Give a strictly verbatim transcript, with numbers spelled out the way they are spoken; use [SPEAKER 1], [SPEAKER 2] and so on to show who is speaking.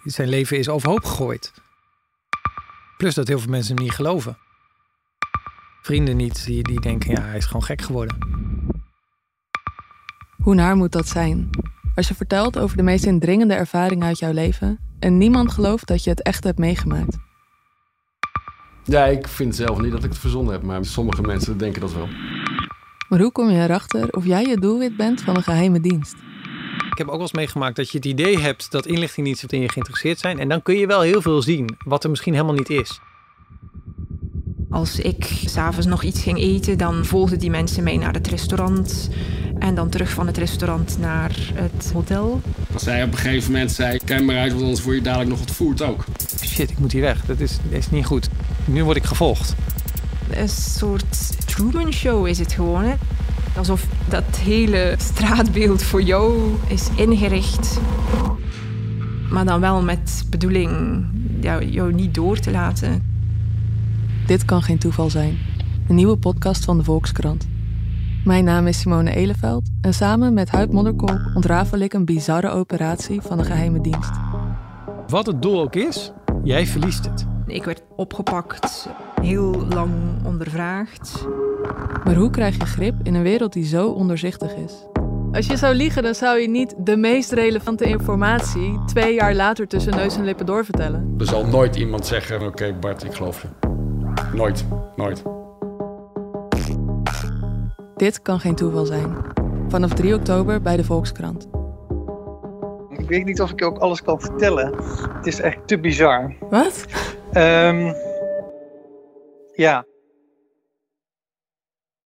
[SPEAKER 1] Zijn leven is overhoop gegooid. Plus dat heel veel mensen hem niet geloven. Vrienden niet, die, die denken, ja, hij is gewoon gek geworden.
[SPEAKER 2] Hoe naar moet dat zijn? Als je vertelt over de meest indringende ervaring uit jouw leven en niemand gelooft dat je het echt hebt meegemaakt.
[SPEAKER 3] Ja, ik vind zelf niet dat ik het verzonnen heb, maar sommige mensen denken dat wel.
[SPEAKER 2] Maar hoe kom je erachter of jij het doelwit bent van een geheime dienst?
[SPEAKER 1] Ik heb ook wel eens meegemaakt dat je het idee hebt dat inlichtingendiensten in je geïnteresseerd zijn. En dan kun je wel heel veel zien, wat er misschien helemaal niet is.
[SPEAKER 4] Als ik 's avonds nog iets ging eten, dan volgden die mensen mij naar het restaurant. En dan terug van het restaurant naar het hotel.
[SPEAKER 3] Als zij op een gegeven moment zei, kijk maar uit, want anders word je dadelijk nog ontvoerd ook.
[SPEAKER 1] Shit, ik moet hier weg. Dat is, dat is niet goed. Nu word ik gevolgd.
[SPEAKER 4] Een soort Truman Show is het gewoon, hè? Alsof dat hele straatbeeld voor jou is ingericht. Maar dan wel met bedoeling ja, jou niet door te laten.
[SPEAKER 2] Dit kan geen toeval zijn. Een nieuwe podcast van de Volkskrant. Mijn naam is Simone Eleveld en samen met Huid Modderkolk ontrafel ik een bizarre operatie van een geheime dienst.
[SPEAKER 1] Wat het doel ook is, jij verliest het.
[SPEAKER 4] Ik werd opgepakt, heel lang ondervraagd.
[SPEAKER 2] Maar hoe krijg je grip in een wereld die zo ondoorzichtig is? Als je zou liegen, dan zou je niet de meest relevante informatie twee jaar later tussen neus en lippen doorvertellen.
[SPEAKER 3] Er zal nooit iemand zeggen, oké okay, Bart, ik geloof je. Nooit, nooit.
[SPEAKER 2] Dit kan geen toeval zijn. Vanaf drie oktober bij de Volkskrant.
[SPEAKER 5] Ik weet niet of ik je ook alles kan vertellen. Het is echt te bizar.
[SPEAKER 2] Wat?
[SPEAKER 5] Um, ja.